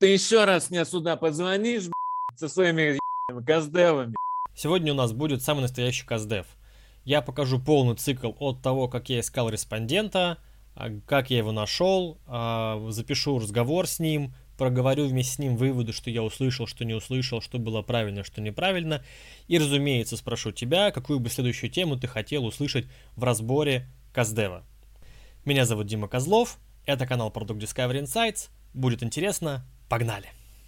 Ты еще раз мне сюда позвонишь, со своими каздевами. Сегодня у нас будет самый настоящий каздев. Я покажу полный цикл от того, как я искал респондента, как я его нашел, запишу разговор с ним, проговорю вместе с ним выводы, что я услышал, что не услышал, что было правильно, что неправильно. И, разумеется, спрошу тебя, какую бы следующую тему ты хотел услышать в разборе каздева. Меня зовут Дима Козлов, это канал Product Discovery Insights. Будет интересно, погнали!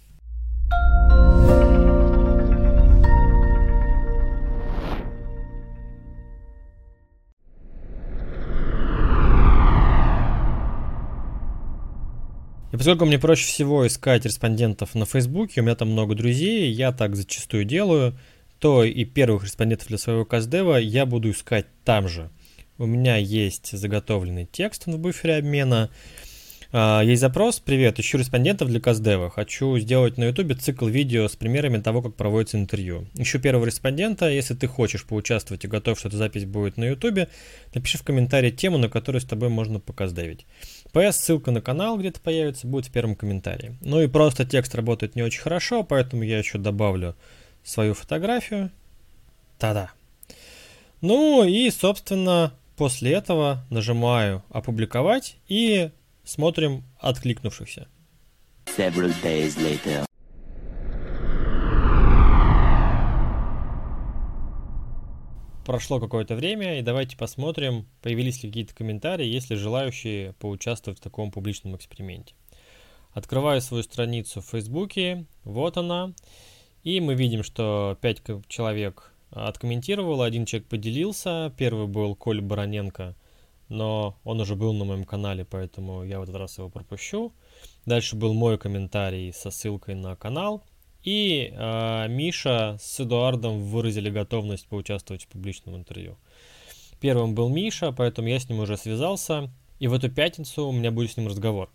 И поскольку мне проще всего искать респондентов на Фейсбуке, у меня там много друзей, я так зачастую делаю, то и первых респондентов для своего каздева я буду искать там же. У меня есть заготовленный текст в буфере обмена. Есть запрос: «Привет, ищу респондентов для каздева. Хочу сделать на ютубе цикл видео с примерами того, как проводится интервью. Ищу первого респондента. Если ты хочешь поучаствовать и готов, что эта запись будет на ютубе, напиши в комментарии тему, на которую с тобой можно показдевить. ПС, ссылка на канал где-то появится, будет в первом комментарии». Ну и просто текст работает не очень хорошо, поэтому я еще добавлю свою фотографию. Та-да. Ну и, собственно, после этого нажимаю «Опубликовать» и смотрим откликнувшихся. Several days later. Прошло какое-то время, и давайте посмотрим, появились ли какие-то комментарии, есть ли желающие поучаствовать в таком публичном эксперименте. Открываю свою страницу в Фейсбуке, вот она, и мы видим, что 5 человек откомментировало, 1 человек поделился, первый был Коля Бароненко, но он уже был на моем канале, поэтому я в этот раз его пропущу. Дальше был мой комментарий со ссылкой на канал. И Миша с Эдуардом выразили готовность поучаствовать в публичном интервью. Первым был Миша, поэтому я с ним уже связался. И в эту пятницу у меня будет с ним разговор.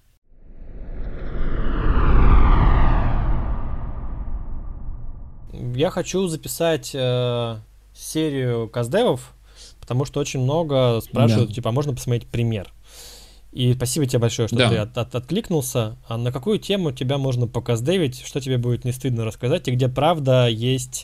Я хочу записать серию каздевов, потому что очень много спрашивают, типа, можно посмотреть пример. И спасибо тебе большое, что ты откликнулся. А на какую тему тебя можно показдевить, что тебе будет не стыдно рассказать, и где правда есть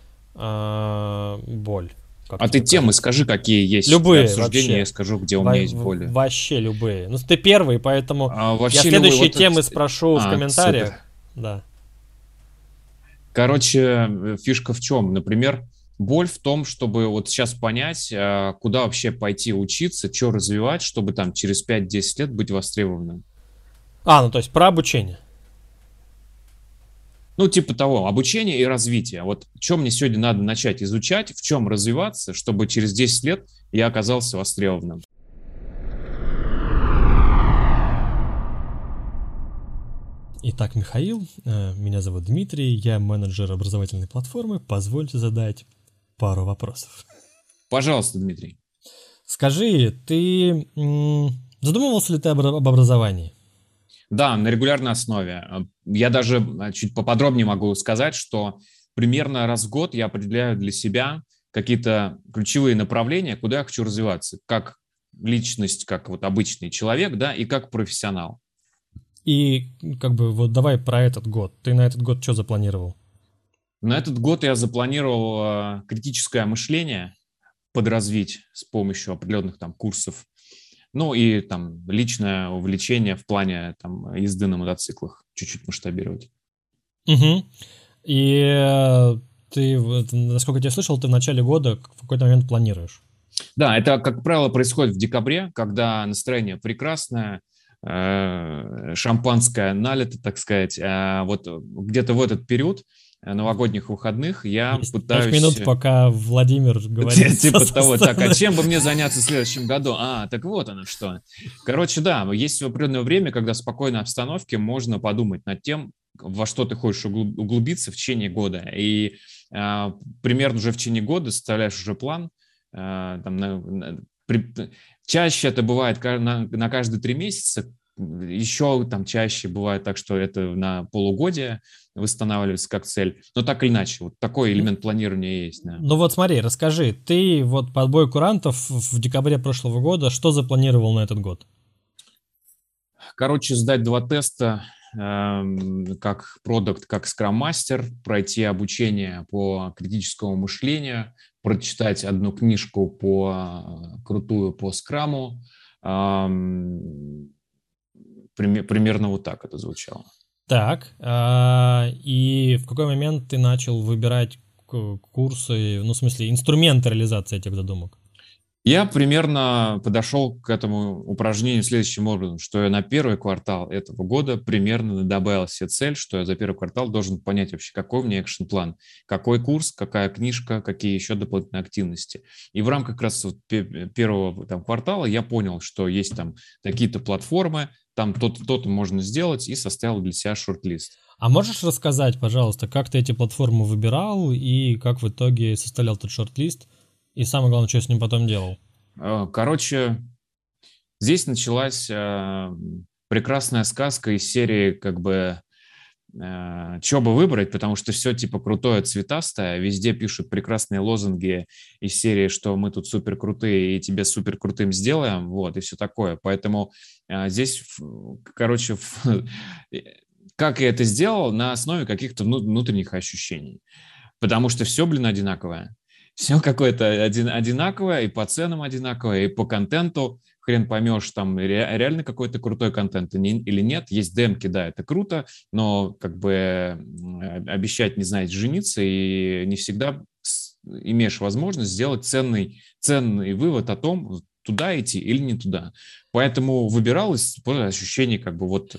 боль? А ты темы скажи, какие есть. Любые для обсуждения, вообще. Я скажу, где у меня есть боли. Вообще любые. Ну, ты первый, поэтому я следующие любые, темы спрошу в комментариях. Супер. Да. Короче, фишка в чем? Например, боль в том, чтобы вот сейчас понять, куда вообще пойти учиться, что развивать, чтобы там через 5-10 лет быть востребованным. Ну то есть про обучение. Ну, типа того, обучение и развитие. Вот что мне сегодня надо начать изучать, в чем развиваться, чтобы через 10 лет я оказался востребованным. Итак, Михаил, меня зовут Дмитрий, я менеджер образовательной платформы. Позвольте задать пару вопросов. Пожалуйста, Дмитрий. Скажи, ты задумывался ли ты об образовании? Да, на регулярной основе. Я даже чуть поподробнее могу сказать, что примерно раз в год я определяю для себя какие-то ключевые направления, куда я хочу развиваться, как личность, как вот обычный человек, да, и как профессионал. И как бы вот давай про этот год. Ты на этот год что запланировал? На этот год я запланировал критическое мышление подразвить с помощью определенных там курсов. Ну и там личное увлечение в плане там езды на мотоциклах чуть-чуть масштабировать. Угу. И ты, насколько я слышал, ты в начале года в какой-то момент планируешь. Да, это, как правило, происходит в декабре, когда настроение прекрасное, шампанское налито, так сказать. Вот где-то в этот период новогодних выходных я пытаюсь... 5 минут, пока Владимир говорит. Типа того, так, а чем бы мне заняться в следующем году? Так вот оно что. Короче, да, есть определенное время, когда в спокойной обстановке можно подумать над тем, во что ты хочешь углубиться в течение года. И примерно уже в течение года составляешь уже план. Чаще это бывает на каждые 3 месяца, еще там чаще бывает так, что это на полугодие восстанавливается как цель. Но так или иначе, вот такой элемент планирования есть. Да. Ну вот смотри, расскажи, ты вот по отбою курантов в декабре прошлого года что запланировал на этот год? Короче, сдать 2 теста как продукт, как скрам-мастер, пройти обучение по критическому мышлению, прочитать одну книжку крутую по скраму. Примерно вот так это звучало. Так, и в какой момент ты начал выбирать курсы, ну, в смысле, инструменты реализации этих задумок? Я примерно подошел к этому упражнению следующим образом, что я на первый квартал этого года примерно добавил себе цель, что я за первый квартал должен понять вообще, какой у меня экшн-план, какой курс, какая книжка, какие еще дополнительные активности. И в рамках как раз вот первого там квартала я понял, что есть там такие-то платформы, там то-то можно сделать, и составил для себя шорт-лист. А можешь рассказать, пожалуйста, как ты эти платформы выбирал и как в итоге составлял этот шорт-лист? И самое главное, что с ним потом делал? Короче, здесь началась прекрасная сказка из серии как бы что бы выбрать, потому что все типа крутое, цветастое, везде пишут прекрасные лозунги из серии, что мы тут супер крутые и тебе супер крутым сделаем, вот, и все такое. Поэтому здесь, короче, как я это сделал, на основе каких-то внутренних ощущений. Потому что все, одинаковое. Все какое-то одинаковое, и по ценам одинаковое, и по контенту. Хрен поймешь, там реально какой-то крутой контент или нет. Есть демки, да, это круто, но как бы обещать не знать жениться, и не всегда имеешь возможность сделать ценный вывод о том, туда идти или не туда. Поэтому выбиралось по ощущению как бы вот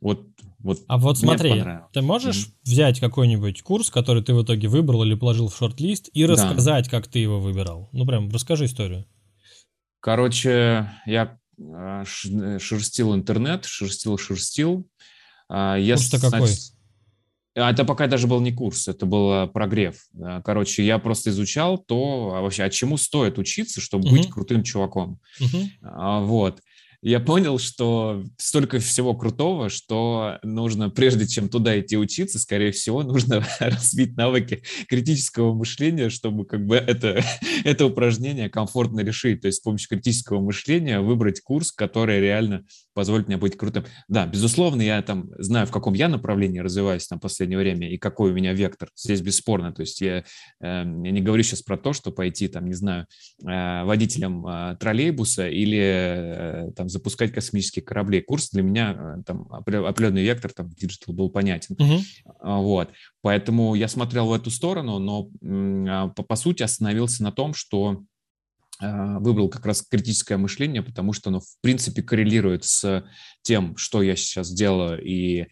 А вот смотри, ты Мгм. можешь взять какой-нибудь курс, который ты в итоге выбрал или положил в шорт-лист, и Да. рассказать, как ты его выбирал? Ну, прям расскажи историю. Короче, я шерстил интернет, шерстил. Курс-то какой? Это пока даже был не курс, это был прогрев. Короче, я просто изучал вообще, чему стоит учиться, чтобы быть крутым чуваком. Вот. Я понял, что столько всего крутого, что нужно, прежде чем туда идти учиться, скорее всего, нужно развить навыки критического мышления, чтобы как бы это упражнение комфортно решить. То есть с помощью критического мышления выбрать курс, который реально позволит мне быть крутым. Да, безусловно, я там знаю, в каком я направлении развиваюсь там в последнее время и какой у меня вектор. Здесь бесспорно. То есть я не говорю сейчас про то, что пойти там, не знаю, водителем троллейбуса или там запускать космические корабли. Курс для меня там определенный вектор там в диджитал был понятен. Вот. Поэтому я смотрел в эту сторону, но по сути остановился на том, что выбрал как раз критическое мышление, потому что оно, в принципе, коррелирует с тем, что я сейчас делаю, и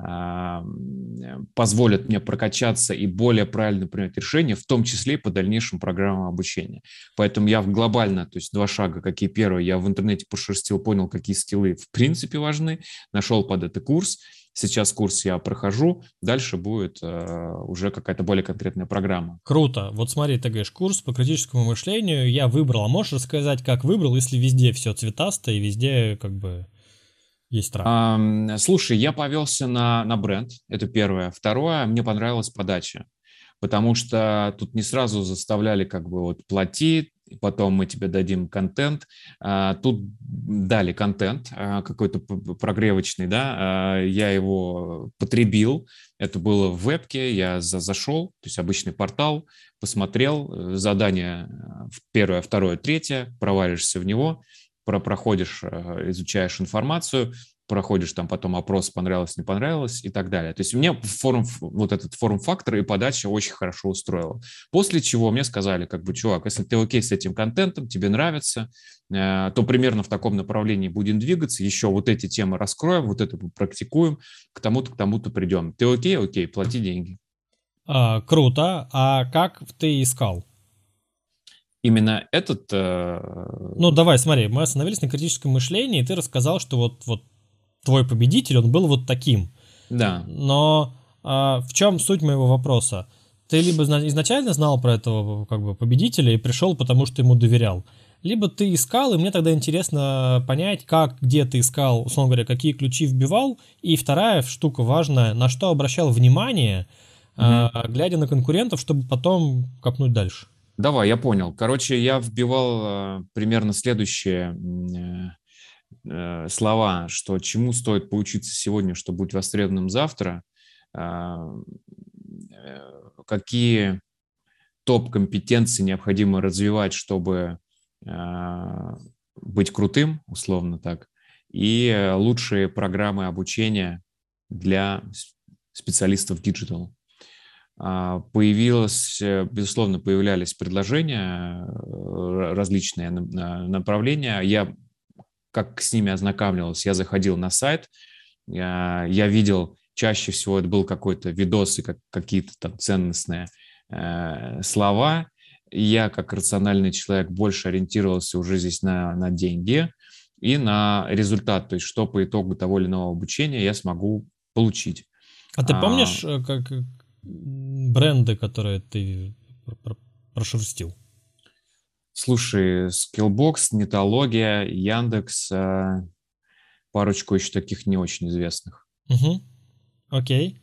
позволит мне прокачаться и более правильно принять решения, в том числе и по дальнейшим программам обучения. Поэтому я глобально, то есть 2 шага, какие первые, я в интернете пошерстил, понял, какие скиллы в принципе важны, нашел под это курс. Сейчас курс я прохожу, дальше будет уже какая-то более конкретная программа. Круто. Вот смотри, ты говоришь, курс по критическому мышлению я выбрал. А можешь рассказать, как выбрал, если везде все цветасто и везде как бы есть страх? Слушай, я повелся на бренд, это первое. Второе, мне понравилась подача, потому что тут не сразу заставляли как бы вот плати, и потом мы тебе дадим контент. Тут дали контент какой-то прогревочный, да, я его потребил, это было в вебке, я зашел, то есть обычный портал, посмотрел, задание первое, второе, третье, провалишься в него, проходишь, изучаешь информацию, проходишь там потом опрос, понравилось, не понравилось и так далее. То есть мне вот этот форм-фактор и подача очень хорошо устроила. После чего мне сказали, как бы, чувак, если ты окей с этим контентом, тебе нравится, то примерно в таком направлении будем двигаться, еще вот эти темы раскроем, вот это практикуем, к тому-то придем. Ты окей? Окей, плати деньги. Круто. А как ты искал? Именно этот... Ну, давай, смотри, мы остановились на критическом мышлении, и ты рассказал, что вот твой победитель, он был вот таким. Да. Но в чем суть моего вопроса? Ты либо изначально знал про этого как бы победителя и пришел, потому что ему доверял, либо ты искал, и мне тогда интересно понять, где ты искал, условно говоря, какие ключи вбивал, и вторая штука важная, на что обращал внимание, глядя на конкурентов, чтобы потом копнуть дальше. Давай, я понял. Короче, я вбивал примерно следующие слова, что чему стоит поучиться сегодня, чтобы быть востребованным завтра, а, какие топ-компетенции необходимо развивать, чтобы быть крутым, условно так, и лучшие программы обучения для специалистов диджитал. Безусловно, появлялись предложения, различные направления. Я как с ними ознакомливался, я заходил на сайт, я видел, чаще всего это был какой-то видос и какие-то там ценностные слова. Я, как рациональный человек, больше ориентировался уже здесь на деньги и на результат, то есть что по итогу того или иного обучения я смогу получить. А ты помнишь, как бренды, которые ты прошерстил? Слушай, Skillbox, Нетология, Яндекс, парочку еще таких не очень известных. Угу. Окей.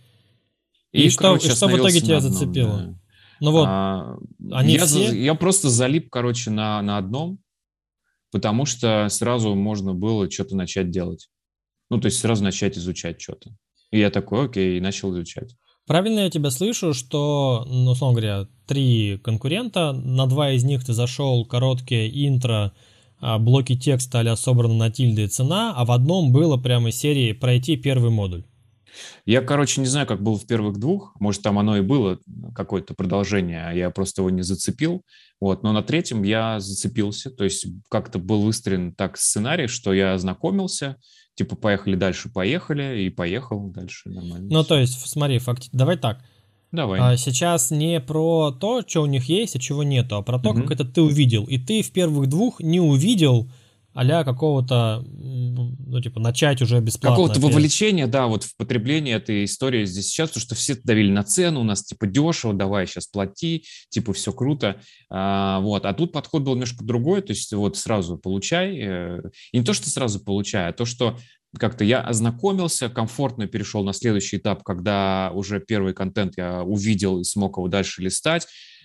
И что в итоге тебя зацепило? Да. Ну вот, они все? Я просто залип, короче, на одном, потому что сразу можно было что-то начать делать. Ну, то есть сразу начать изучать что-то. И я такой, окей, и начал изучать. Правильно я тебя слышу, что, ну, условно говоря, 3 конкурента, на 2 из них ты зашел, короткие интро, блоки текста а-ля собраны на тильды и цена, а в одном было прямо из серии пройти первый модуль. Я, короче, не знаю, как было в первых 2, может, там оно и было какое-то продолжение, а я просто его не зацепил, вот, но на 3 я зацепился, то есть как-то был выстроен так сценарий, что я ознакомился, типа поехали дальше, поехали, и поехал дальше, нормально. Ну, то есть, смотри, давай так, Давай. сейчас не про то, что у них есть, а чего нету, а про то, Мгм. как это ты увидел, и ты в первых 2 не увидел а-ля какого-то, ну, типа, начать уже бесплатно. Какого-то вовлечения, да, вот в потребление этой истории здесь сейчас, потому что все давили на цену, у нас типа дешево, давай сейчас плати, типа все круто, вот, а тут подход был немножко другой, то есть вот сразу получай, и не то, что сразу получай, а то, что как-то я ознакомился, комфортно перешел на следующий этап, когда уже первый контент я увидел и смог его дальше листать.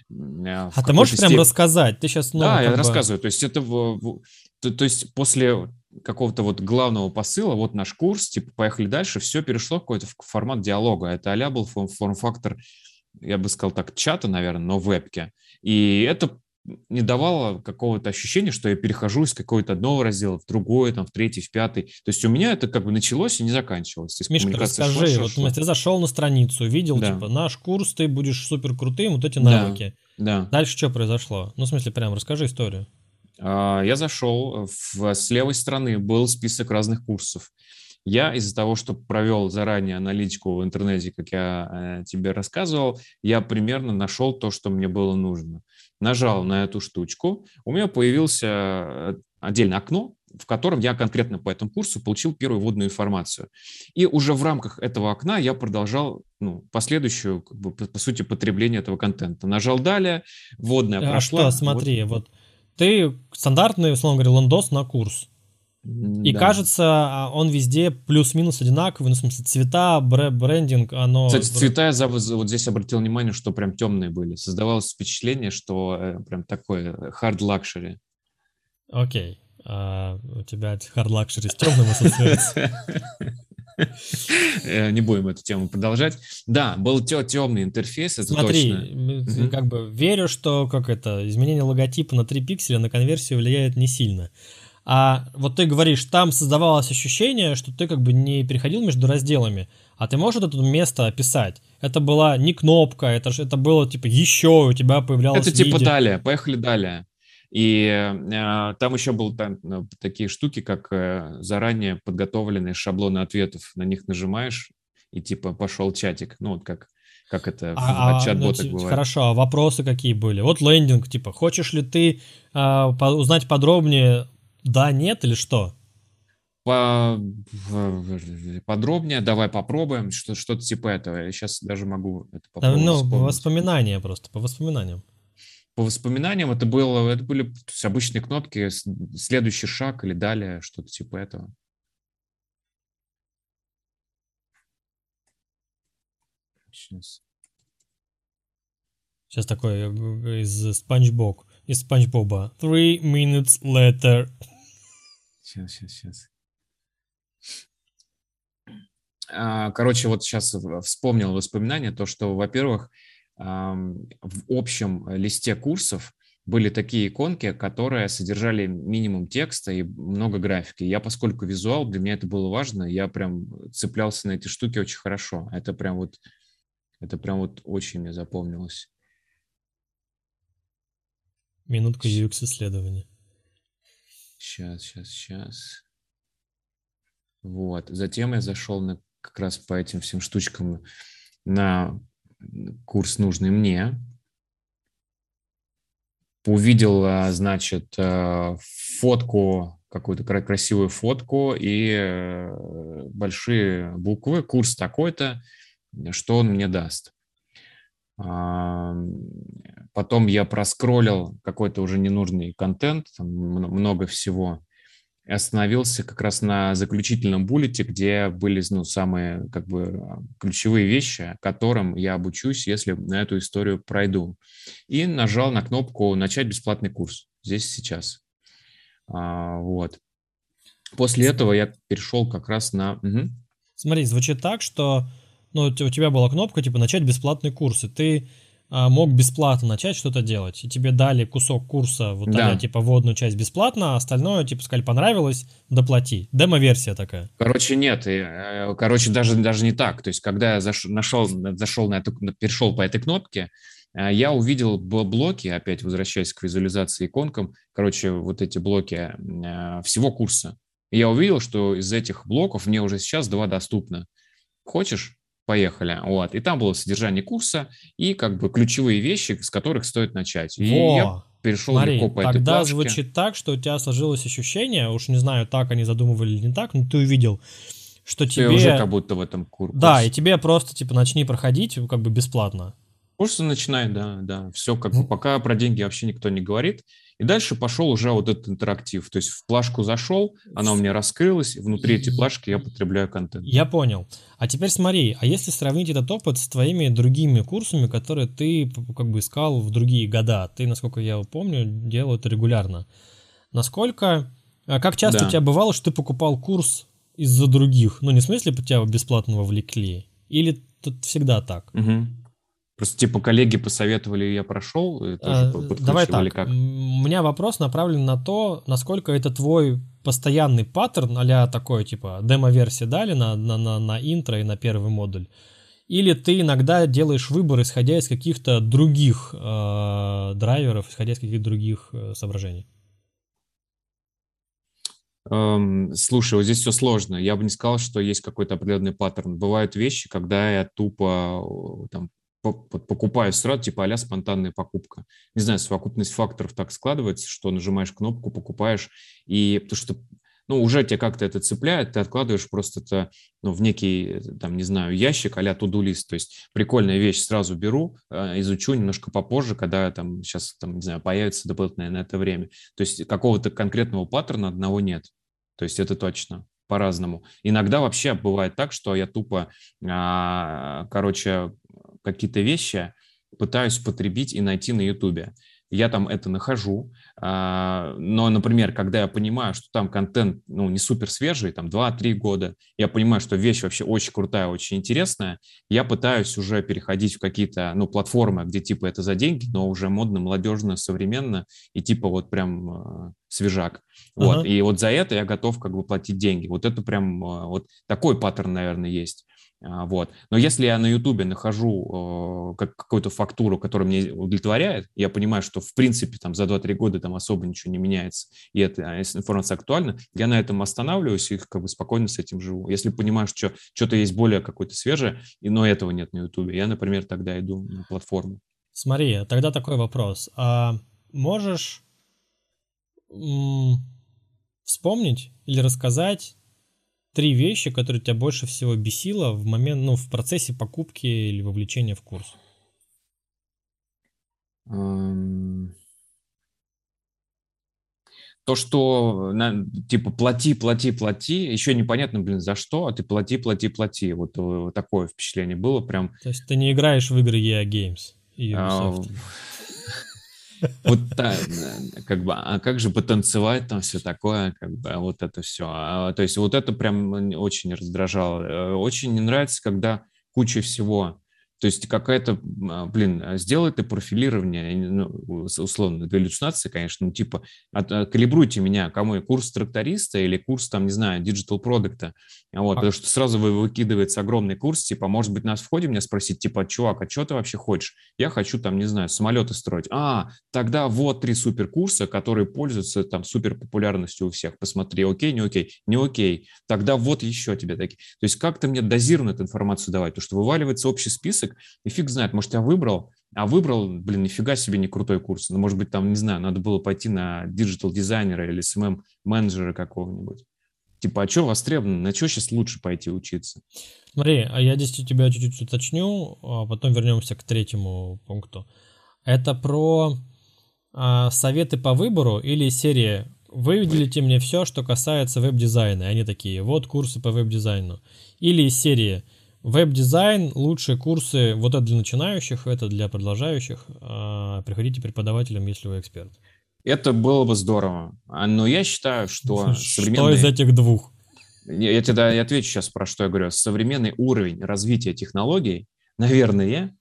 А ты можешь прям рассказать? Ты сейчас, Да, я рассказываю. То есть это то есть после какого-то вот главного посыла, вот наш курс, типа поехали дальше, все перешло в какой-то формат диалога. Это а-ля был форм-фактор, я бы сказал так, чата, наверное, но в вебке. И это не давало какого-то ощущения, что я перехожу из какого-то одного раздела в другой, там, в третий, в пятый. То есть у меня это как бы началось и не заканчивалось. Мишка, расскажи, вот ты зашел на страницу, видел, да, типа, наш курс, ты будешь супер крутым, вот эти навыки. Да. Дальше что произошло? Ну, в смысле, прям расскажи историю. Я зашел, с левой стороны был список разных курсов. Я из-за того, что провел заранее аналитику в интернете, как я тебе рассказывал, я примерно нашел то, что мне было нужно. Нажал на эту штучку, у меня появилось отдельное окно, в котором я конкретно по этому курсу получил первую вводную информацию. И уже в рамках этого окна я продолжал последующую, как бы, по сути, потребление этого контента. Нажал далее, вводная прошла. А что, смотри, вот ты стандартный, условно говоря, лендос на курс. И да, кажется, он везде плюс-минус одинаковый, ну, в смысле, цвета, брендинг, оно... Кстати, цвета я вот здесь обратил внимание, что прям темные были. Создавалось впечатление, что прям такое hard luxury. Окей. У тебя hard luxury с темным ассоциируется. Не будем эту тему продолжать. Да, был темный интерфейс, это точно. Смотри, как бы верю, что изменение логотипа на 3 пикселя на конверсию влияет не сильно. А вот ты говоришь, там создавалось ощущение, что ты как бы не переходил между разделами. А ты можешь это место описать? Это была не кнопка, это было типа еще у тебя появлялось это типа далее, поехали далее. И там еще были такие штуки, как заранее подготовленные шаблоны ответов. На них нажимаешь, и типа пошел чатик. Ну, вот как это в чат-ботах бывает. Хорошо, а вопросы какие были? Вот лендинг, типа, хочешь ли ты узнать подробнее, да, нет или что? Подробнее, давай попробуем, что-то типа этого. Я сейчас даже могу это попробовать вспомнить. Воспоминания просто, по воспоминаниям. По воспоминаниям это были обычные кнопки, следующий шаг или далее, что-то типа этого. Сейчас такой из Спанч Боба. 3 minutes later. Сейчас. Короче, вот сейчас вспомнил воспоминания, то, что, во-первых, в общем листе курсов были такие иконки, которые содержали минимум текста и много графики. Я, поскольку визуал, для меня это было важно, я прям цеплялся на эти штуки очень хорошо. Это прям вот очень мне запомнилось. Минутка UX-исследования. Сейчас. Вот. Затем я зашел как раз по этим всем штучкам на курс нужный мне. Увидел, значит, фотку, какую-то красивую фотку и большие буквы. Курс такой-то, что он мне даст. Потом я проскроллил какой-то уже ненужный контент, там много всего. И остановился как раз на заключительном буллете, где были самые как бы ключевые вещи, которым я обучусь, если на эту историю пройду. И нажал на кнопку «Начать бесплатный курс» здесь и сейчас. Вот. После этого я перешел как раз на... Смотри, звучит так, что у тебя была кнопка типа «Начать бесплатный курс», и ты мог бесплатно начать что-то делать, и тебе дали кусок курса, вот Да. типа вводную часть бесплатно, а остальное, типа, сказали, понравилось, доплати. Демо-версия такая. Короче, нет. Короче, даже не так. То есть, когда я перешел по этой кнопке, я увидел блоки, опять возвращаясь к визуализации иконкам, короче, вот эти блоки всего курса. И я увидел, что из этих блоков мне уже сейчас 2 доступно. Хочешь? Поехали. Вот. И там было содержание курса и как бы ключевые вещи, с которых стоит начать. И я перешел легко по этой тогда плашке. звучит так, что у тебя сложилось ощущение, уж не знаю, так они задумывали или не так, но ты увидел, что тебе... Ты уже как будто в этом курсе. Да, и тебе просто типа начни проходить как бы бесплатно. Курсы начинай, да. Все как бы пока про деньги вообще никто не говорит. И дальше пошел уже вот этот интерактив. То есть в плашку зашел, она у меня раскрылась, и внутри этой плашки я потребляю контент. Я понял. А теперь смотри, а если сравнить этот опыт с твоими другими курсами, которые ты как бы искал в другие года, ты, насколько я помню, делал это регулярно. Как часто у тебя бывало, что ты покупал курс из-за других? Ну, не в смысле, тебя бесплатно вовлекли? Или тут всегда так? Угу. Просто типа коллеги посоветовали, и я прошел, и тоже Давай так, как? У меня вопрос направлен на то, насколько это твой постоянный паттерн, а-ля такой, типа, демо-версия дали на интро и на первый модуль, или ты иногда делаешь выбор, исходя из каких-то других драйверов, исходя из каких-то других соображений? Слушай, вот здесь все сложно. Я бы не сказал, что есть какой-то определенный паттерн. Бывают вещи, когда я тупо там покупаю сразу, типа а-ля спонтанная покупка. Не знаю, совокупность факторов так складывается, что нажимаешь кнопку, покупаешь, и потому что уже тебя как-то это цепляет, ты откладываешь просто это в некий, там, не знаю, ящик а-ля to-do-лист. То есть прикольная вещь, сразу беру, изучу немножко попозже, когда там сейчас, там, не знаю, появится дополнительное на это время. То есть какого-то конкретного паттерна одного нет. То есть это точно. По-разному. Иногда вообще бывает так, что я тупо, какие-то вещи пытаюсь потребить и найти на Ютубе. Я там это нахожу, но, например, когда я понимаю, что там контент, не супер свежий, там 2-3 года, я понимаю, что вещь вообще очень крутая, очень интересная, я пытаюсь уже переходить в какие-то, платформы, где типа это за деньги, но уже модно, молодежно, современно и типа вот прям свежак. Вот. И вот за это я готов как бы платить деньги. Вот это прям вот такой паттерн, наверное, есть. Вот. Но если я на Ютубе нахожу какую-то фактуру, которая меня удовлетворяет, я понимаю, что в принципе там за 2-3 года там особо ничего не меняется, и эта информация актуальна, я на этом останавливаюсь и как бы спокойно с этим живу. Если понимаю, что что-то есть более какое-то свежее, но этого нет на Ютубе, я, например, тогда иду на платформу. Смотри, тогда такой вопрос. А можешь вспомнить или рассказать 3 вещи, которые тебя больше всего бесило в момент, в процессе покупки или вовлечения в курс? То, что типа плати, еще непонятно, за что, а ты плати. Вот такое впечатление было прям. То есть ты не играешь в игры EA Games и Ubisoft? Вот как бы, а как же потанцевать там все такое, как бы, вот это все. То есть вот это прям очень раздражало. Очень не нравится, когда куча всего. То есть какая-то, сделай ты профилирование, ну, условно, галлюцинации, конечно, ну, типа, калибруйте меня, кому я, курс тракториста или курс, там, не знаю, диджитал продукта. Вот, А, потому что сразу выкидывается огромный курс, типа, может быть, нас в ходе мне спросить, типа, чувак, а что ты вообще хочешь? Я хочу, там, не знаю, самолеты строить. Тогда вот 3 суперкурса, которые пользуются там супер популярностью у всех. Посмотри, окей, не окей, не окей. Тогда вот еще тебе такие. То есть как-то мне дозированно эту информацию давать, потому что вываливается общий список, и фиг знает, может, я выбрал, нифига себе не крутой курс. Ну, может быть, там, не знаю, надо было пойти на диджитал-дизайнера или SMM-менеджера какого-нибудь. Типа, а что востребовано? На что сейчас лучше пойти учиться? Смотри, а я здесь у тебя чуть-чуть уточню, а потом вернемся к третьему пункту. Это про советы по выбору или серия «Выделите мне все, что касается веб-дизайна». И они такие: вот курсы по веб-дизайну. Или из серии «Веб-дизайн, лучшие курсы, вот это для начинающих, это для продолжающих. Приходите преподавателем, если вы эксперт». Это было бы здорово. Но я считаю, что Что из этих двух? Я тебе отвечу сейчас, про что я говорю. Современный уровень развития технологий, наверное,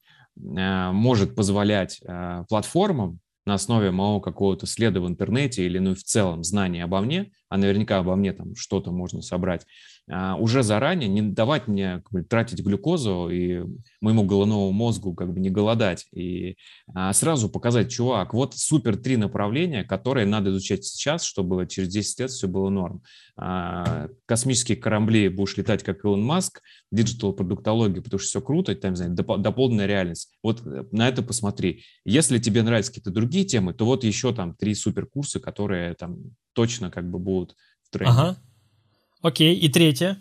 может позволять платформам на основе моего какого-то следа в интернете или, ну, и в целом знания обо мне, а наверняка обо мне там что-то можно собрать, уже заранее не давать мне как бы тратить глюкозу и моему головному мозгу как бы не голодать. И сразу показать, чувак, вот супер 3 направления, которые надо изучать сейчас, чтобы через 10 лет все было норм. Космические корабли будешь летать, как Илон Маск, диджитал-продуктология, потому что все круто, там, не знаю, дополненная реальность. Вот на это посмотри. Если тебе нравятся какие-то другие темы, то вот еще там 3 суперкурса, которые там точно как бы будут в тренде. Ага. Окей, и третье.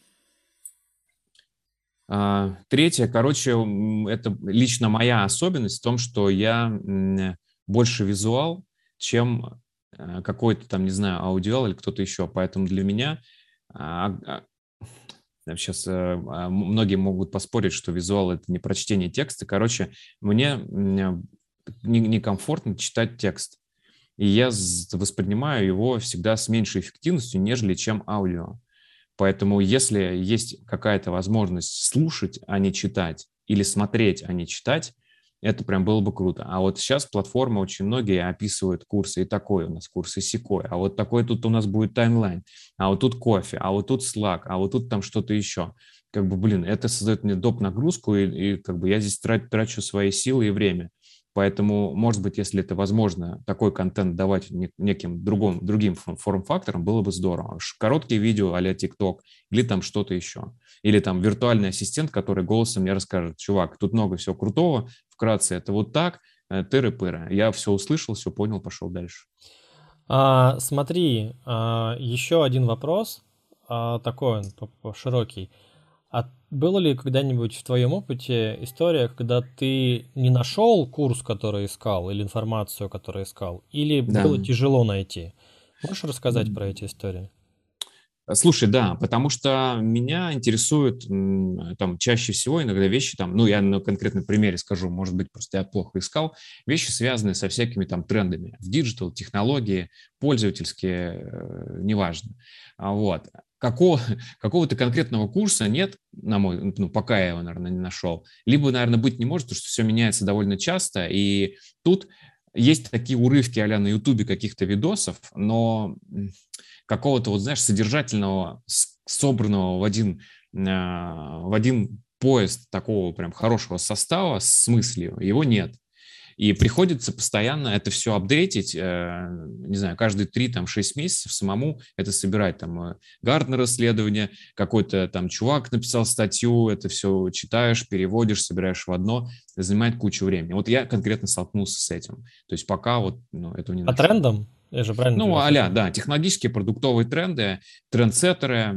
Третье, короче, это лично моя особенность в том, что я больше визуал, чем какой-то там, не знаю, аудиал или кто-то еще. Поэтому для меня сейчас многие могут поспорить, что визуал — это не прочтение текста. Короче, мне некомфортно читать текст. И я воспринимаю его всегда с меньшей эффективностью, нежели чем аудио. Поэтому если есть какая-то возможность слушать, а не читать, или смотреть, а не читать, это прям было бы круто. А вот сейчас платформы очень многие описывают курсы, и такой у нас курс, и сякой, а вот такой тут у нас будет таймлайн, а вот тут кофе, а вот тут Slack, а вот тут там что-то еще. Как бы, это создает мне доп. Нагрузку, и как бы я здесь трачу свои силы и время. Поэтому, может быть, если это возможно, такой контент давать неким другим форм-факторам, было бы здорово. Короткие видео а-ля TikTok или там что-то еще. Или там виртуальный ассистент, который голосом мне расскажет: чувак, тут много всего крутого, вкратце это вот так, тыры-пыры. Я все услышал, все понял, пошел дальше. Смотри, еще один вопрос, такой он широкий. А было ли когда-нибудь в твоем опыте история, когда ты не нашел курс, который искал, или информацию, которую искал, или Да. было тяжело найти? Можешь рассказать про эти истории? Слушай, да, потому что меня интересуют там чаще всего иногда вещи, там, ну, я на конкретном примере скажу, может быть, просто я плохо искал, вещи, связанные со всякими там трендами в диджитал, технологии, пользовательские, неважно. Вот. Какого-то конкретного курса нет, ну, пока я его, наверное, не нашел. Либо, наверное, быть не может, потому что все меняется довольно часто, и тут есть такие урывки а-ля на Ютубе каких-то видосов, но какого-то, вот знаешь, содержательного, собранного в один поезд такого прям хорошего состава с мыслью, его нет. И приходится постоянно это все апдейтить, не знаю, каждые 3-6 месяцев самому это собирать. Там Гартнер исследование, какой-то там чувак написал статью, это все читаешь, переводишь, собираешь в одно, занимает кучу времени. Вот я конкретно столкнулся с этим. То есть пока вот этого не По нашел. трендам? Я же правильно Ну, тебя а-ля, слышал? да, технологические, продуктовые тренды, трендсеттеры,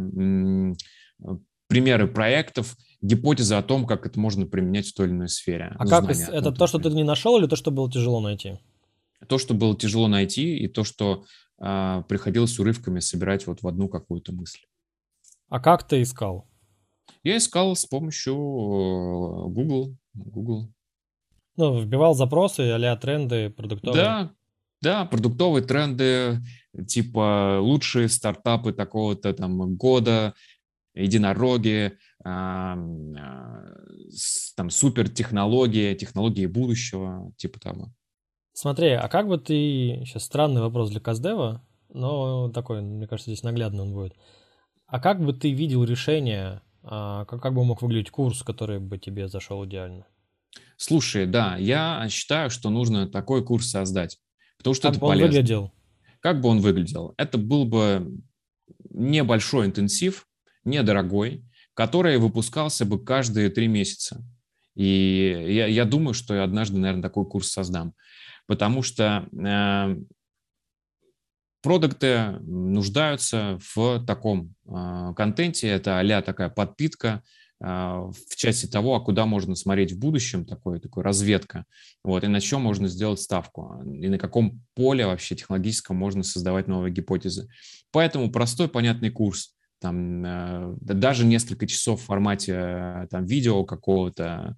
примеры проектов, гипотезы о том, как это можно применять в той или иной сфере. А Ну, как знания о это том, то, что ты не нашел, или то, что было тяжело найти? то, что было тяжело найти, и то, что приходилось урывками собирать вот в одну какую-то мысль. А как ты искал? Я искал с помощью Google. Ну, вбивал запросы а-ля тренды продуктовые. Да, да, продуктовые тренды, типа лучшие стартапы такого-то там года, единороги, там супер технологии, технологии будущего, типа того. Смотри, а как бы ты... Сейчас странный вопрос для Каздева, но такой, мне кажется, здесь наглядно он будет. А как бы ты видел решение, как бы мог выглядеть курс, который бы тебе зашел идеально? Слушай, да, я считаю, что нужно такой курс создать, потому что Как это бы он полезно. выглядел? Как бы он выглядел? Это был бы небольшой интенсив, недорогой, который выпускался бы каждые 3 месяца. И я думаю, что я однажды, наверное, такой курс создам. Потому что продукты нуждаются в таком контенте. Это а-ля такая подпитка в части того, а куда можно смотреть в будущем, такой разведка, вот, и на чем можно сделать ставку, и на каком поле вообще технологическом можно создавать новые гипотезы. Поэтому простой, понятный курс, там, даже несколько часов в формате там, видео какого-то,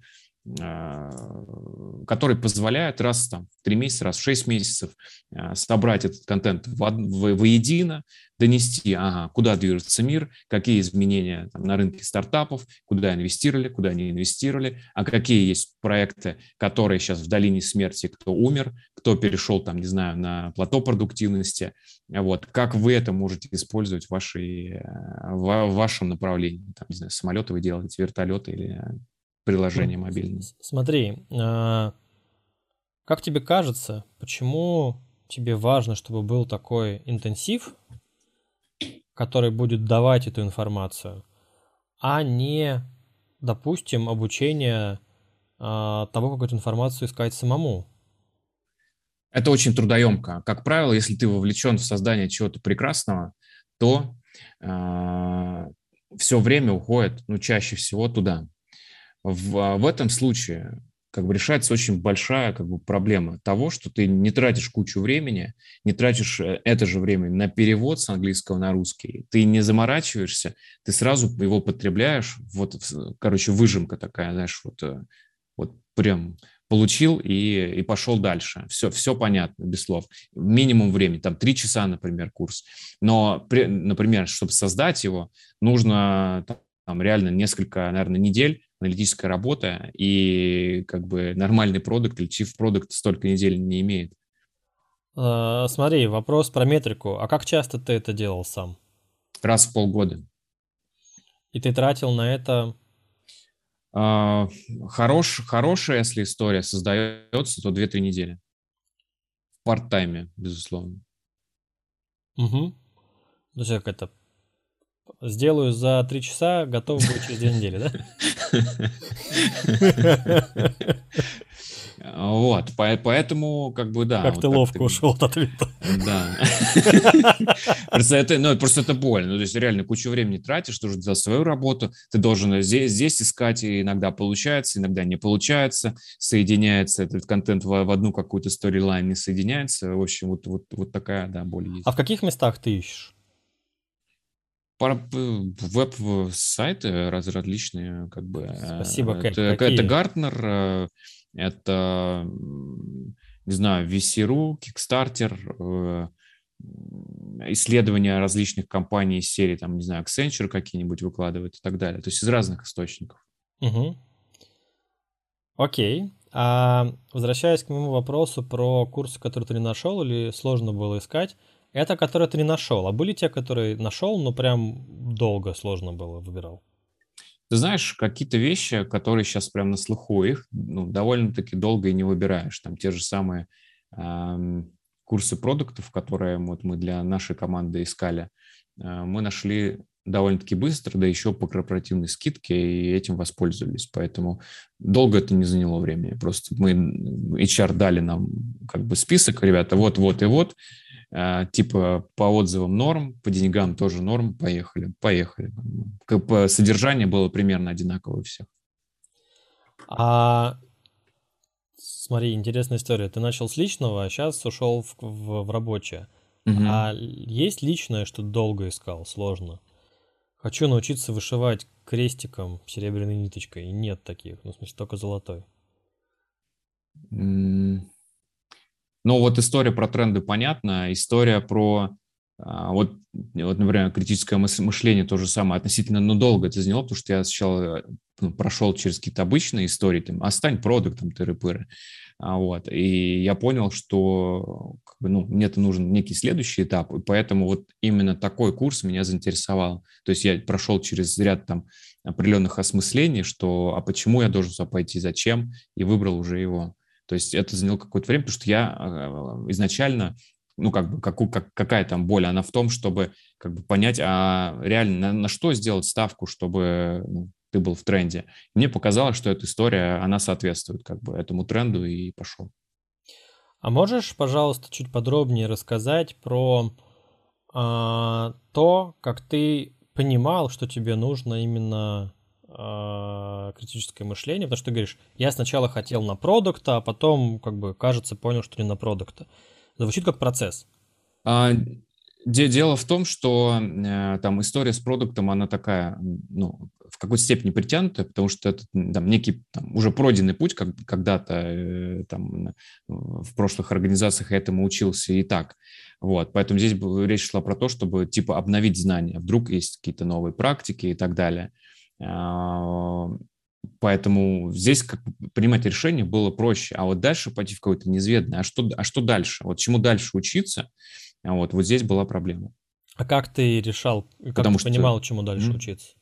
который позволяет раз там, в 3 месяца, раз в 6 месяцев собрать этот контент воедино, донести, ага, куда движется мир, какие изменения там, на рынке стартапов, куда инвестировали, куда не инвестировали, а какие есть проекты, которые сейчас в долине смерти, кто умер, кто перешел, там, не знаю, на плато продуктивности, вот, как вы это можете использовать в вашем направлении, там, не знаю, самолеты вы делаете, вертолеты или приложение мобильное. Смотри, как тебе кажется, почему тебе важно, чтобы был такой интенсив, который будет давать эту информацию, а не, допустим, обучение того, как эту информацию искать самому? Это очень трудоемко. Как правило, если ты вовлечен в создание чего-то прекрасного, то все время уходит, ну, чаще всего туда. В этом случае как бы решается очень большая как бы проблема того, что ты не тратишь кучу времени, не тратишь это же время на перевод с английского на русский, ты не заморачиваешься, ты сразу его потребляешь, вот, короче, выжимка такая, знаешь, вот прям получил и пошел дальше. Все понятно, без слов. Минимум времени, там 3 часа, например, курс. Но, например, чтобы создать его, нужно там реально несколько, наверное, недель аналитическая работа, и как бы нормальный продукт или chief продукт столько недель не имеет. Смотри, вопрос про метрику. А как часто ты это делал сам? Раз в полгода. И ты тратил на это... Хорошая, если история создается, то 2-3 недели. В парт-тайме, безусловно. Угу. То есть как это? Сделаю за 3 часа, готов будет через 2 недели, да? Вот, поэтому, как бы, да. Как вот ты так ловко ушел от ответа. Да. Просто это больно. Ну, то есть реально кучу времени тратишь, ты должен делать свою работу, ты должен здесь искать, и иногда получается, иногда не получается, соединяется этот контент в одну какую-то сторилайн, не соединяется. В общем, вот такая, да, боль А есть. в каких местах ты ищешь? Веб-сайты различные, как бы. Спасибо, Кэп. Это Какие? Гартнер, это, не знаю, VC.ru, Kickstarter, исследования различных компаний из серии, там, не знаю, Accenture какие-нибудь выкладывают и так далее. То есть из разных источников. Угу. Окей. А возвращаясь к моему вопросу про курсы, которые ты не нашел или сложно было искать, это которые ты не нашел. А были те, которые нашел, но прям долго сложно было выбирал? Ты знаешь, какие-то вещи, которые сейчас прям на слуху, их ну, довольно-таки долго и не выбираешь. Там те же самые курсы продуктов, которые вот мы для нашей команды искали, мы нашли довольно-таки быстро, да еще по корпоративной скидке, и этим воспользовались. Поэтому долго это не заняло времени. Просто мы, HR дали нам как бы список, ребята, вот, вот и вот, типа по отзывам норм, по деньгам тоже норм, поехали. Содержание было примерно одинаковое у всех. А смотри, интересная история. Ты начал с личного, а сейчас ушел в рабочее. Мгм. А есть личное, что долго искал, сложно? Хочу научиться вышивать крестиком серебряной ниточкой. И нет таких. Ну, в смысле, только золотой. Ну, вот история про тренды понятна, история про вот, например, критическое мышление то же самое, относительно, ну, долго это заняло, потому что я сначала прошел через какие-то обычные истории, там, стань продуктом, тыры-пыры, вот, и я понял, что как бы, ну, мне это нужен некий следующий этап, и поэтому вот именно такой курс меня заинтересовал, то есть я прошел через ряд там определенных осмыслений, что, а почему я должен сюда пойти, зачем, и выбрал уже его. То есть это заняло какое-то время, потому что я изначально, ну, как бы, какая там боль, она в том, чтобы как бы понять, а реально на что сделать ставку, чтобы ну, ты был в тренде. Мне показалось, что эта история, она соответствует как бы этому тренду, и пошел. А можешь, пожалуйста, чуть подробнее рассказать про то, как ты понимал, что тебе нужно именно критическое мышление, потому что ты говоришь, я сначала хотел на продукта, а потом, как бы, кажется, понял, что не на продукта. Звучит как процесс. Дело в том, что там история с продуктом, она такая, ну, в какой-то степени притянутая, потому что это там, некий там, уже пройденный путь, когда-то там, в прошлых организациях я этому учился и так. Вот, поэтому здесь речь шла про то, чтобы типа обновить знания. Вдруг есть какие-то новые практики и так далее. Поэтому здесь как принимать решение было проще. А вот дальше пойти в какое-то неизведанное. А что дальше? Вот чему дальше учиться? Вот здесь была проблема. А как ты решал, как Потому ты понимал, что, чему дальше учиться?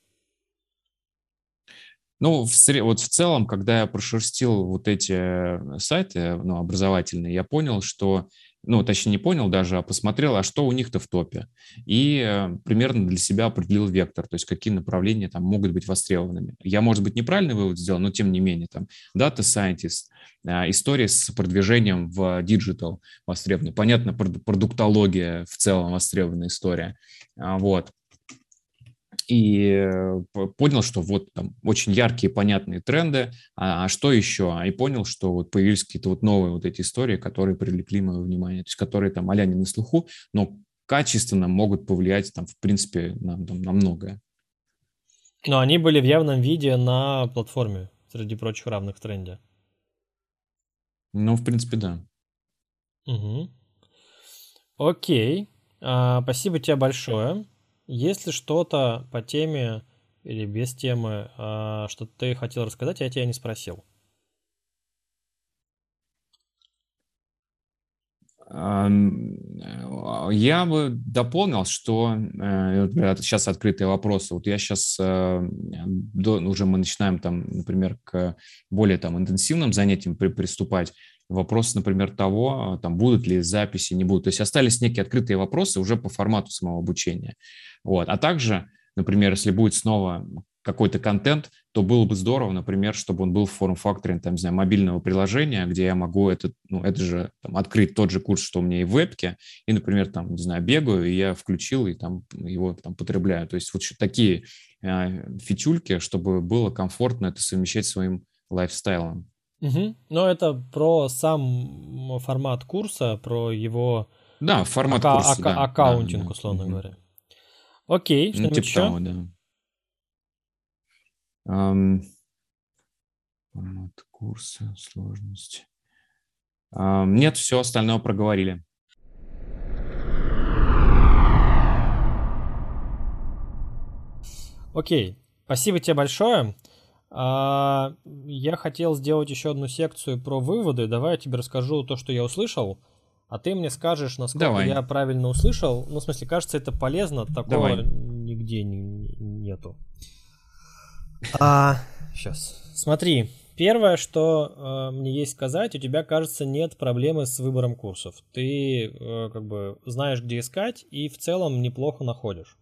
ну, вот в целом, когда я прошерстил вот эти сайты, ну, образовательные, я понял, что, ну, точнее, не понял даже, а посмотрел, а что у них-то в топе. И примерно для себя определил вектор, то есть какие направления там могут быть востребованными. Я, может быть, неправильный вывод сделал, но тем не менее, там, Data Scientist, история с продвижением в Digital востребована. Понятно, продуктология в целом востребованная история. Вот. И понял, что вот там очень яркие, понятные тренды, а что еще? И понял, что вот появились какие-то вот новые вот эти истории, которые привлекли мое внимание, то есть которые там а-ля не на слуху, но качественно могут повлиять там, в принципе, на многое. Но они были в явном виде на платформе, среди прочих равных в тренде. Ну, в принципе, да. Угу. Окей. Спасибо тебе большое. Есть ли что-то по теме или без темы, что ты хотел рассказать, я тебя не спросил? Я бы дополнил, что сейчас открытые вопросы. Вот я сейчас уже мы начинаем там, например, к более там интенсивным занятиям приступать. Вопрос, например, того, там будут ли записи, не будут. То есть остались некие открытые вопросы уже по формату самого обучения. Вот. А также, например, если будет снова какой-то контент, то было бы здорово, например, чтобы он был в форм-факторе, там, не знаю, мобильного приложения, где я могу это же там, открыть тот же курс, что у меня и в вебке, и, например, там, не знаю, бегаю, и я включил, и там его там потребляю. То есть вот такие фичульки, чтобы было комфортно это совмещать с своим лайфстайлом. Угу. Но это про сам формат курса, про его Да, формат курса, да. аккаунтинг, Да. условно говоря. Окей, что-нибудь Типа еще? того, да. Формат курса, сложность. Нет, все остальное проговорили. Окей, спасибо тебе большое. Я хотел сделать еще одну секцию про выводы. Давай я тебе расскажу то, что я услышал, а ты мне скажешь, насколько Давай. я правильно услышал. Ну, в смысле, кажется, это полезно, такого Давай. нигде нету. Сейчас. Смотри, первое, что мне есть сказать, у тебя, кажется, нет проблемы с выбором курсов. Ты как бы знаешь, где искать, и в целом неплохо находишь.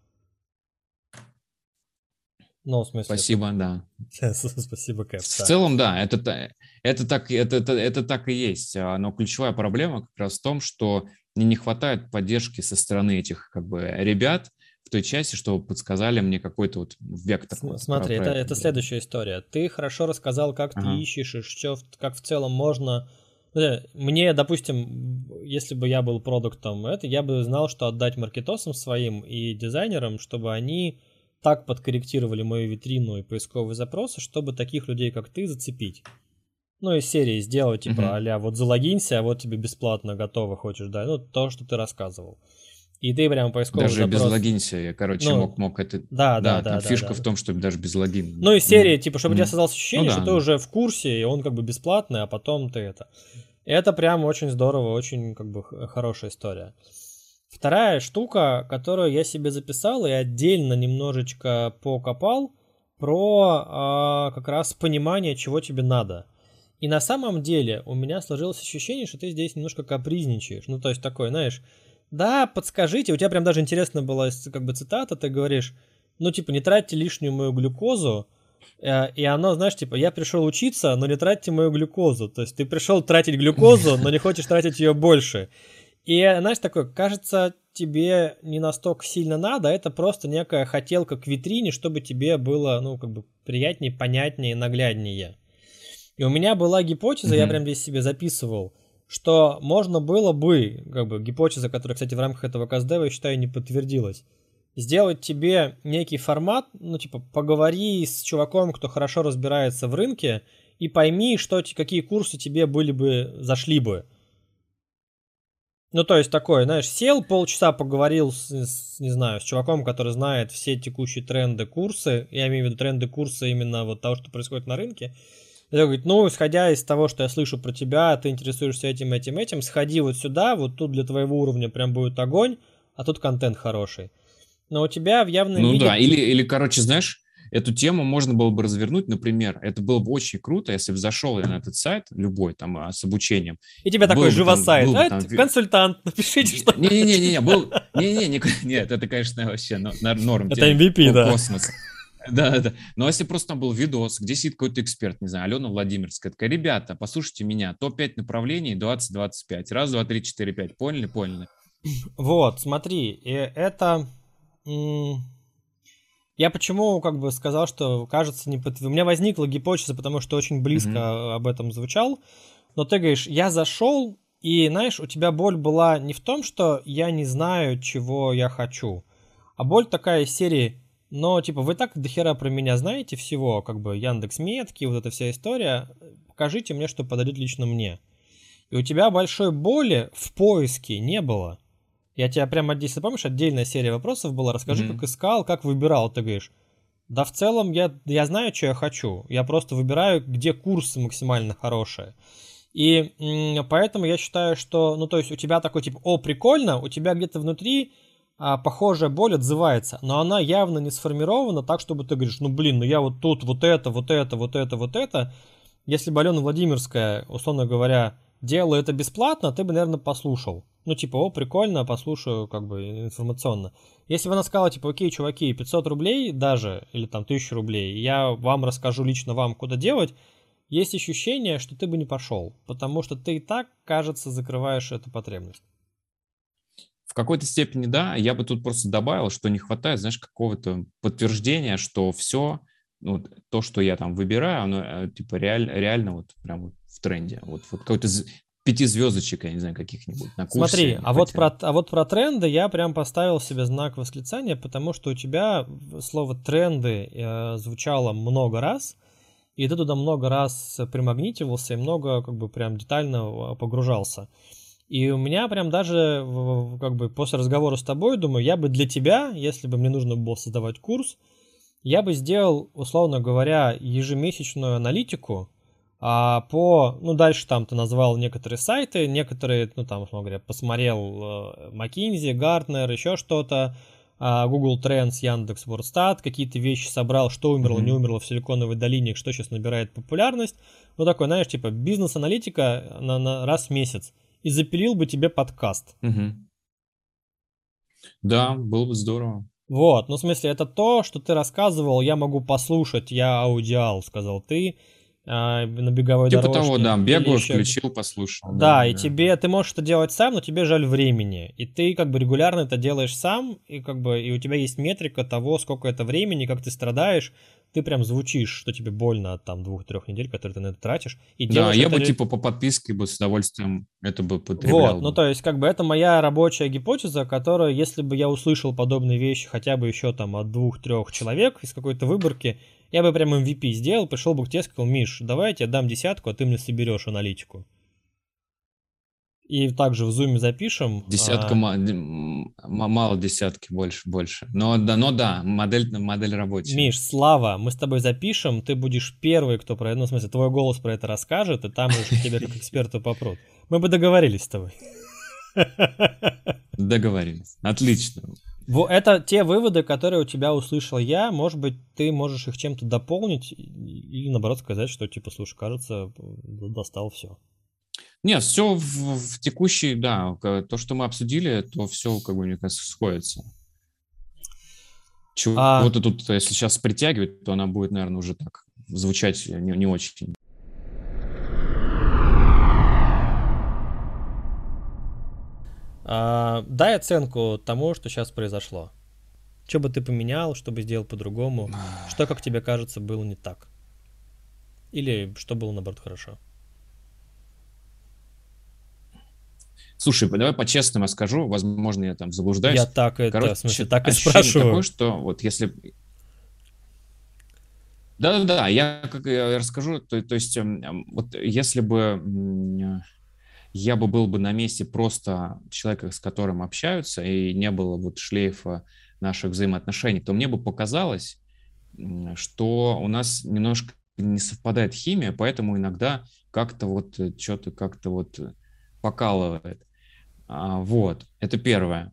Ну, в смысле... Спасибо, да. Спасибо, Кэп. В целом, да, это так и есть. Но ключевая проблема как раз в том, что не хватает поддержки со стороны этих как бы ребят в той части, чтобы подсказали мне какой-то вот вектор. Смотри, это следующая история. Ты хорошо рассказал, как ты ищешь, и что, как в целом можно... Мне, допустим, если бы я был продуктом, я бы знал, что отдать маркетосам своим и дизайнерам, чтобы они так подкорректировали мою витрину и поисковые запросы, чтобы таких людей, как ты, зацепить. Ну, из серии сделать, типа, Мгм. а-ля, вот залогинься, а вот тебе бесплатно готово хочешь, да, ну, то, что ты рассказывал. И ты прям поисковый Даже без запрос, логинся я, короче, ну, мог это... да, да, Да, да, там да, фишка да. в том, что даже без логина. Ну, из серии, Мгм. типа, чтобы у тебя Мгм. создалось Ну ощущение, что да, ты да. уже в курсе, и он как бы бесплатный, а потом ты это. Это прям очень здорово, очень как бы хорошая история. Вторая штука, которую я себе записал и отдельно немножечко покопал, про как раз понимание, чего тебе надо. И на самом деле у меня сложилось ощущение, что ты здесь немножко капризничаешь. Ну, то есть такой, знаешь, да, подскажите, у тебя прям даже интересно была как бы цитата, ты говоришь, ну, типа, не тратьте лишнюю мою глюкозу, и оно, знаешь, типа, я пришел учиться, но не тратьте мою глюкозу. То есть ты пришел тратить глюкозу, но не хочешь тратить ее больше. И, знаешь, такое, кажется, тебе не настолько сильно надо, это просто некая хотелка к витрине, чтобы тебе было, ну, как бы приятнее, понятнее, нагляднее. И у меня была гипотеза, я прям Мгм. здесь себе записывал, что можно было бы, как бы гипотеза, которая, кстати, в рамках этого каздева, я считаю, не подтвердилась, сделать тебе некий формат, ну, типа, поговори с чуваком, кто хорошо разбирается в рынке, и пойми, что, какие курсы тебе были бы, зашли бы. Ну, то есть такое, знаешь, сел полчаса, поговорил не знаю, с чуваком, который знает все текущие тренды, курсы, я имею в виду тренды, курсы именно вот того, что происходит на рынке. И он говорит, ну, исходя из того, что я слышу про тебя, ты интересуешься этим, сходи вот сюда, вот тут для твоего уровня прям будет огонь, а тут контент хороший. Но у тебя в явном Ну виде... да, или, короче, знаешь, эту тему можно было бы развернуть, например, это было бы очень круто, если бы зашел я на этот сайт, любой, там, с обучением, И тебе такой живосайт, был бы там... консультант, напишите, что хотите. Не-не-не, был... Не-не-не, нет, это, конечно, вообще норм Это тема, MVP, да. космос. Да, да. Но если просто там был видос, где сидит какой-то эксперт, не знаю, Алена Владимирская, такая, ребята, послушайте меня, топ-5 направлений 2025. Раз, два, три, четыре, пять. Поняли? Поняли. Вот, смотри, и это... Я почему как бы сказал, что кажется не У меня возникла гипотеза, потому что очень Мгм. близко об этом звучал. Но ты говоришь, я зашел, и, знаешь, у тебя боль была не в том, что я не знаю, чего я хочу, а боль такая из серии, но, типа, вы так дохера про меня знаете всего, как бы, Яндекс.Метки, вот эта вся история, покажите мне, что подойдет лично мне. И у тебя большой боли в поиске не было. Я тебя прямо, если помнишь, отдельная серия вопросов была, расскажи, как Мгм. искал, как выбирал, ты говоришь. Да в целом я знаю, что я хочу, я просто выбираю, где курсы максимально хорошие. И поэтому я считаю, что, ну, то есть у тебя такой тип, о, прикольно, у тебя где-то внутри похожая боль отзывается, но она явно не сформирована так, чтобы ты говоришь, ну, блин, ну я вот тут вот это, вот это, вот это, вот это. Если бы Алена Владимирская, условно говоря, делала это бесплатно, ты бы, наверное, послушал. Ну, типа, о, прикольно, послушаю, как бы, информационно. Если бы она сказала, типа, окей, чуваки, 500 рублей даже, или там 1000 рублей, я вам расскажу лично вам, куда делать, есть ощущение, что ты бы не пошел, потому что ты и так, кажется, закрываешь эту потребность. В какой-то степени, да, я бы тут просто добавил, что не хватает, знаешь, какого-то подтверждения, что все, ну, то, что я там выбираю, оно типа реально вот прям вот в тренде. Вот какой-то 5 звездочек, я не знаю, каких-нибудь на курсе Смотри, не а вот хватает. про тренды я прям поставил себе знак восклицания, потому что у тебя слово тренды звучало много раз, и ты туда много раз примагнитивался и много как бы прям детально погружался. И у меня прям даже как бы после разговора с тобой, думаю, я бы для тебя, если бы мне нужно было создавать курс, я бы сделал, условно говоря, ежемесячную аналитику ну, дальше там ты назвал некоторые сайты, некоторые, ну, там, условно говоря, посмотрел McKinsey, Gartner, еще что-то, Google Trends, Яндекс, Wordstat, какие-то вещи собрал, что умерло, не Мгм. умерло в Силиконовой долине, что сейчас набирает популярность. Ну, такой, знаешь, типа бизнес-аналитика на раз в месяц. И запилил бы тебе подкаст. Мгм. Да, было бы здорово. Вот, ну, в смысле, это то, что ты рассказывал, я могу послушать, я аудиал, сказал ты, на беговой Типа того, дорожке да, или бегаю, еще... включил, послушал, да, Да, и да. ты можешь это делать сам, но тебе жаль времени. И ты как бы регулярно это делаешь сам, и как бы и у тебя есть метрика того, сколько это времени, как ты страдаешь. Ты прям звучишь, что тебе больно от там 2-3 недель, которые ты на это тратишь, и Да, делаешь я это... бы типа по подписке бы с удовольствием это бы Вот, потреблял ну бы. то есть как бы это моя рабочая гипотеза, которая, если бы я услышал подобные вещи хотя бы еще там от 2-3 человек из какой-то выборки, Я бы прям MVP сделал, пришел бы к тебе и сказал: Миш, давай я тебе дам 10, а ты мне соберешь аналитику. И также в зуме запишем. Десятка мало десятки, больше. Но да, модель рабочая. Миш, Слава, мы с тобой запишем, ты будешь первый, кто про это, ну, в смысле, твой голос про это расскажет, и там уже к тебе как эксперту попрут. Мы бы договорились с тобой. Договорились. Отлично. Это те выводы, которые у тебя услышал я. Может быть, ты можешь их чем-то дополнить или, наоборот, сказать, что, типа, слушай, кажется, достал все. Нет, все в текущей, да, то, что мы обсудили, то все, как бы, мне кажется, сходится. Чего-то тут, если сейчас притягивать, то она будет, наверное, уже так звучать не очень. Дай оценку тому, что сейчас произошло. Что бы ты поменял, что бы сделал по-другому? Что, как тебе кажется, было не так? Или что было, наоборот, хорошо? Слушай, давай по-честному скажу, возможно, я там заблуждаюсь. Я так это, в смысле, так и спрашиваю. Такое, что вот если... Да, я расскажу, то есть вот если бы я был бы на месте просто человека, с которым общаются, и не было вот шлейфа наших взаимоотношений, то мне бы показалось, что у нас немножко не совпадает химия, поэтому иногда как-то вот что-то как-то вот покалывает. Вот, это первое.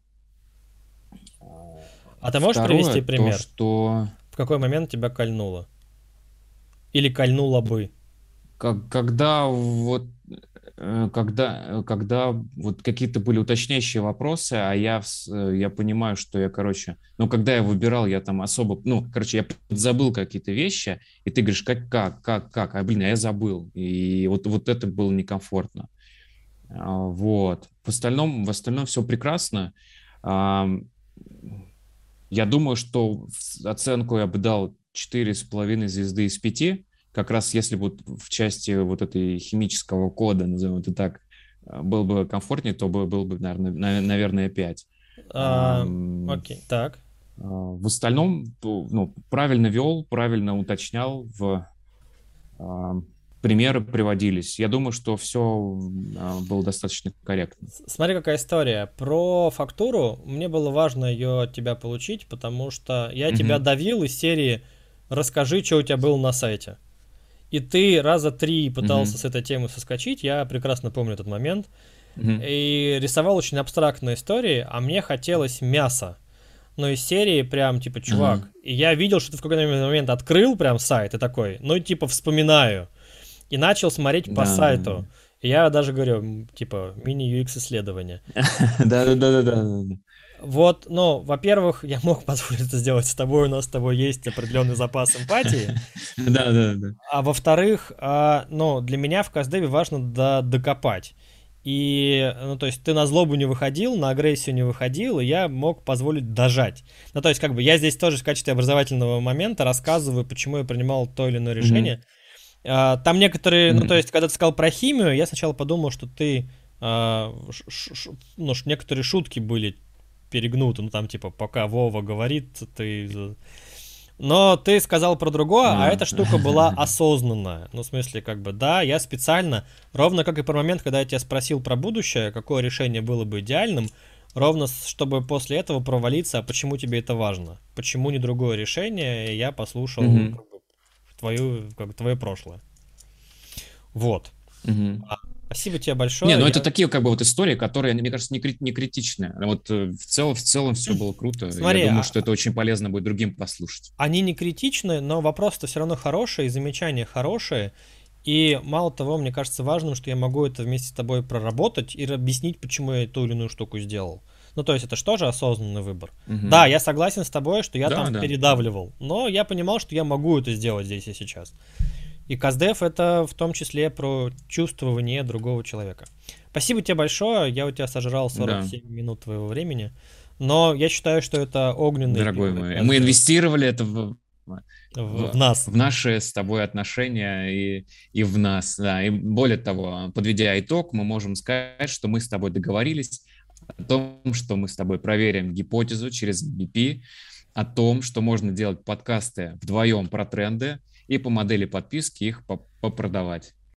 А ты можешь привести пример? То, что... В какой момент тебя кольнуло? Или кольнуло бы? Когда вот какие-то были уточняющие вопросы, а я понимаю, что я, когда я выбирал, я там особо, я забыл какие-то вещи, и ты говоришь, как, а я забыл, и вот это было некомфортно. Вот. В остальном все прекрасно. Я думаю, что оценку я бы дал 4,5 звезды из 5. Как раз если бы в части вот этой химического кода, назовем это так, был бы комфортнее, то был бы, наверное, 5. Окей, так. В остальном, правильно вел, правильно уточнял, примеры приводились. Я думаю, что все было достаточно корректно. Смотри, какая история. Про фактуру мне было важно ее от тебя получить, потому что я тебя давил из серии «Расскажи, что у тебя было на сайте». И ты раза 3 пытался с этой темы соскочить, я прекрасно помню этот момент, и рисовал очень абстрактные истории, а мне хотелось мяса. Но из серии прям, типа, чувак, и я видел, что ты в какой-то момент открыл прям сайт и такой, вспоминаю. И начал смотреть по сайту. И я даже говорю, типа, мини-UX-исследование. Да. Вот, во-первых, я мог позволить это сделать с тобой, у нас с тобой есть определенный запас эмпатии. Да. А во-вторых, для меня в Каздеве важно докопать. И, то есть ты на злобу не выходил, на агрессию не выходил, и я мог позволить дожать. То есть, я здесь тоже в качестве образовательного момента рассказываю, почему я принимал то или иное решение. Там некоторые, то есть, когда ты сказал про химию, я сначала подумал, что ты, некоторые шутки были перегнуты, пока Вова говорит, ты... Но ты сказал про другое, а эта штука была осознанная. В смысле, да, я специально, ровно как и про момент, когда я тебя спросил про будущее, какое решение было бы идеальным, ровно чтобы после этого провалиться, а почему тебе это важно? Почему не другое решение? Я послушал твое прошлое. Вот. Спасибо тебе большое. Это такие истории, которые, мне кажется, не критичные. Вот в целом все было круто. Смотри, я думаю, что это очень полезно будет другим послушать. Они не критичны, но вопрос-то все равно хороший, и замечания хорошие. И мало того, мне кажется важным, что я могу это вместе с тобой проработать и объяснить, почему я ту или иную штуку сделал. То есть это же тоже осознанный выбор. Да, я согласен с тобой, что я передавливал, но я понимал, что я могу это сделать здесь и сейчас. И Каздев — это в том числе про чувствование другого человека. Спасибо тебе большое, я у тебя сожрал 47 минут твоего времени, но я считаю, что это огненный... Дорогой мой, мы инвестировали это в нас. В наши с тобой отношения и в нас. Да. И более того, подведя итог, мы можем сказать, что мы с тобой договорились о том, что мы с тобой проверим гипотезу через MVP, о том, что можно делать подкасты вдвоем про тренды и по модели подписки их попродавать.